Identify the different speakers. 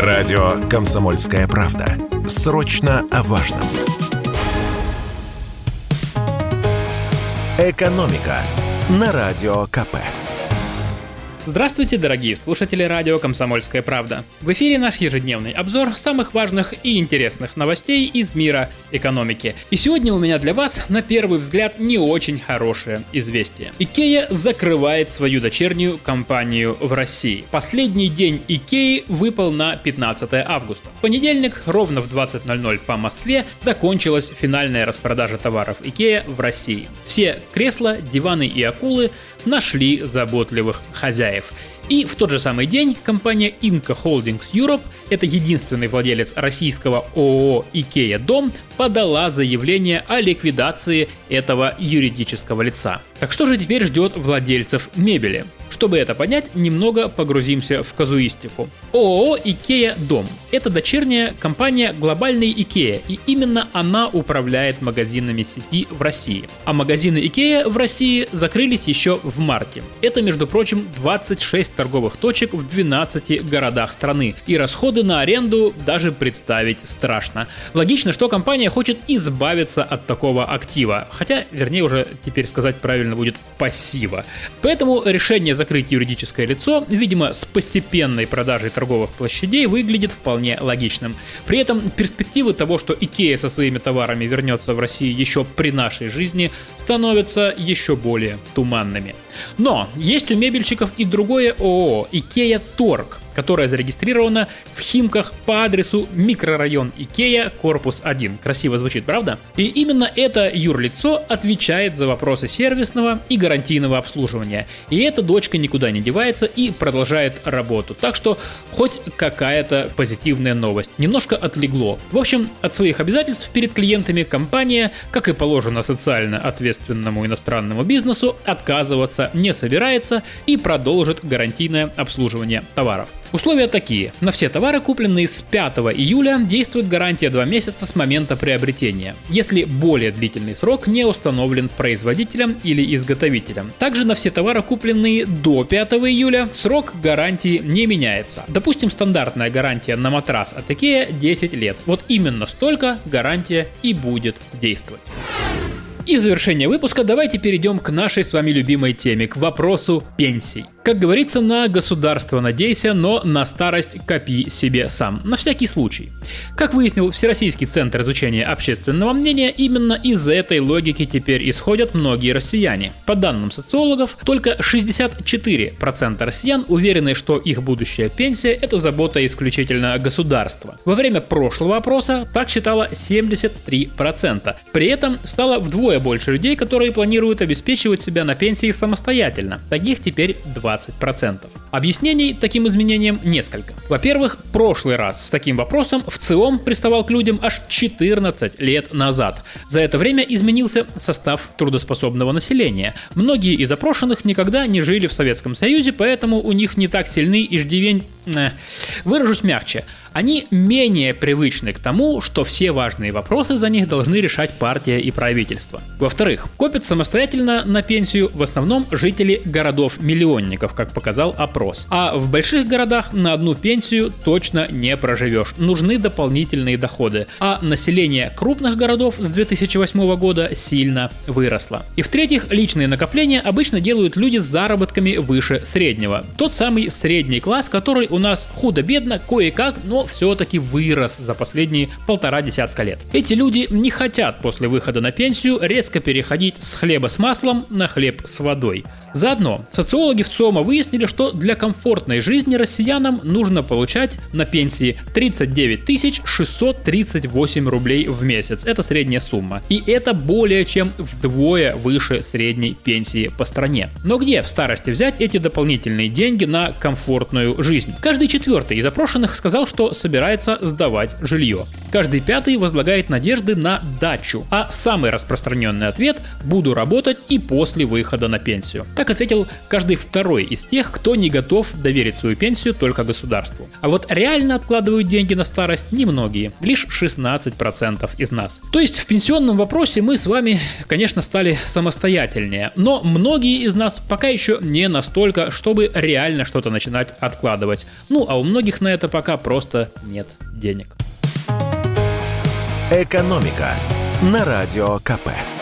Speaker 1: Радио «Комсомольская правда». Срочно о важном. «Экономика» на Радио КП.
Speaker 2: Здравствуйте, дорогие слушатели радио «Комсомольская правда». В эфире наш ежедневный обзор самых важных и интересных новостей из мира экономики. И сегодня у меня для вас, на первый взгляд, не очень хорошее известие. IKEA закрывает свою дочернюю компанию в России. Последний день IKEA выпал на 15 августа. В понедельник, ровно в 20:00 по Москве, закончилась финальная распродажа товаров IKEA в России. Все кресла, диваны и акулы нашли заботливых хозяев. И в тот же самый день компания Inco Holdings Europe, это единственный владелец российского ООО IKEA Дом, подала заявление о ликвидации этого юридического лица. Так что же теперь ждет владельцев мебели? Чтобы это понять, немного погрузимся в казуистику. ООО IKEA Дом – это дочерняя компания глобальной IKEA, и именно она управляет магазинами сети в России. А магазины IKEA в России закрылись еще в марте. Это, между прочим, 26 торговых точек в 12 городах страны. И расходы на аренду даже представить страшно. Логично, что компания хочет избавиться от такого актива. Хотя, вернее, уже теперь сказать правильно будет пассива. Поэтому решение закрыть юридическое лицо, видимо, с постепенной продажей торговых площадей, выглядит вполне логичным. При этом перспективы того, что IKEA со своими товарами вернется в Россию еще при нашей жизни, становятся еще более туманными. Но есть у мебельщиков и другое ООО IKEA Торг, которая зарегистрирована в Химках по адресу микрорайон Икея, корпус 1. Красиво звучит, правда? И именно это юрлицо отвечает за вопросы сервисного и гарантийного обслуживания. И эта дочка никуда не девается и продолжает работу. Так что хоть какая-то позитивная новость. Немножко отлегло. В общем, от своих обязательств перед клиентами компания, как и положено социально ответственному иностранному бизнесу, отказываться не собирается и продолжит гарантийное обслуживание товаров. Условия такие. На все товары, купленные с 5 июля, действует гарантия 2 месяца с момента приобретения, если более длительный срок не установлен производителем или изготовителем. Также на все товары, купленные до 5 июля, срок гарантии не меняется. Допустим, стандартная гарантия на матрас от IKEA 10 лет. Вот именно столько гарантия и будет действовать. И в завершение выпуска давайте перейдем к нашей с вами любимой теме, к вопросу пенсий. Как говорится, на государство надейся, но на старость копи себе сам, на всякий случай. Как выяснил Всероссийский центр изучения общественного мнения, именно из этой логики теперь исходят многие россияне. По данным социологов, только 64% россиян уверены, что их будущая пенсия – это забота исключительно государства. Во время прошлого опроса так считало 73%. При этом стало вдвое больше людей, которые планируют обеспечивать себя на пенсии самостоятельно. Таких теперь 20%. Объяснений таким изменениям несколько. Во-первых, прошлый раз с таким вопросом в ЦИОМ приставал к людям аж 14 лет назад. За это время изменился состав трудоспособного населения. Многие из опрошенных никогда не жили в Советском Союзе, поэтому у них не так сильны иждивень... Выражусь мягче. Они менее привычны к тому, что все важные вопросы за них должны решать партия и правительство. Во-вторых, копят самостоятельно на пенсию в основном жители городов-миллионников, как показал опрос. А в больших городах на одну пенсию точно не проживешь. Нужны дополнительные доходы. А население крупных городов с 2008 года сильно выросло. И в-третьих, личные накопления обычно делают люди с заработками выше среднего. Тот самый средний класс, который у нас худо-бедно, кое-как, но все-таки вырос за последние 1,5 десятка лет. Эти люди не хотят после выхода на пенсию резко переходить с хлеба с маслом на хлеб с водой. Заодно социологи в ЦИОМа выяснили, что для комфортной жизни россиянам нужно получать на пенсии 39 638 рублей в месяц. Это средняя сумма. И это более чем вдвое выше средней пенсии по стране. Но где в старости взять эти дополнительные деньги на комфортную жизнь? Каждый четвертый из опрошенных сказал, что собирается сдавать жилье. Каждый пятый возлагает надежды на дачу. А самый распространенный ответ – буду работать и после выхода на пенсию. Так ответил каждый второй из тех, кто не готов доверить свою пенсию только государству. А вот реально откладывают деньги на старость немногие, лишь 16% из нас. То есть в пенсионном вопросе мы с вами, конечно, стали самостоятельнее, но многие из нас пока еще не настолько, чтобы реально что-то начинать откладывать. Ну а у многих на это пока просто что нет денег.
Speaker 1: «Экономика» на Радио КП.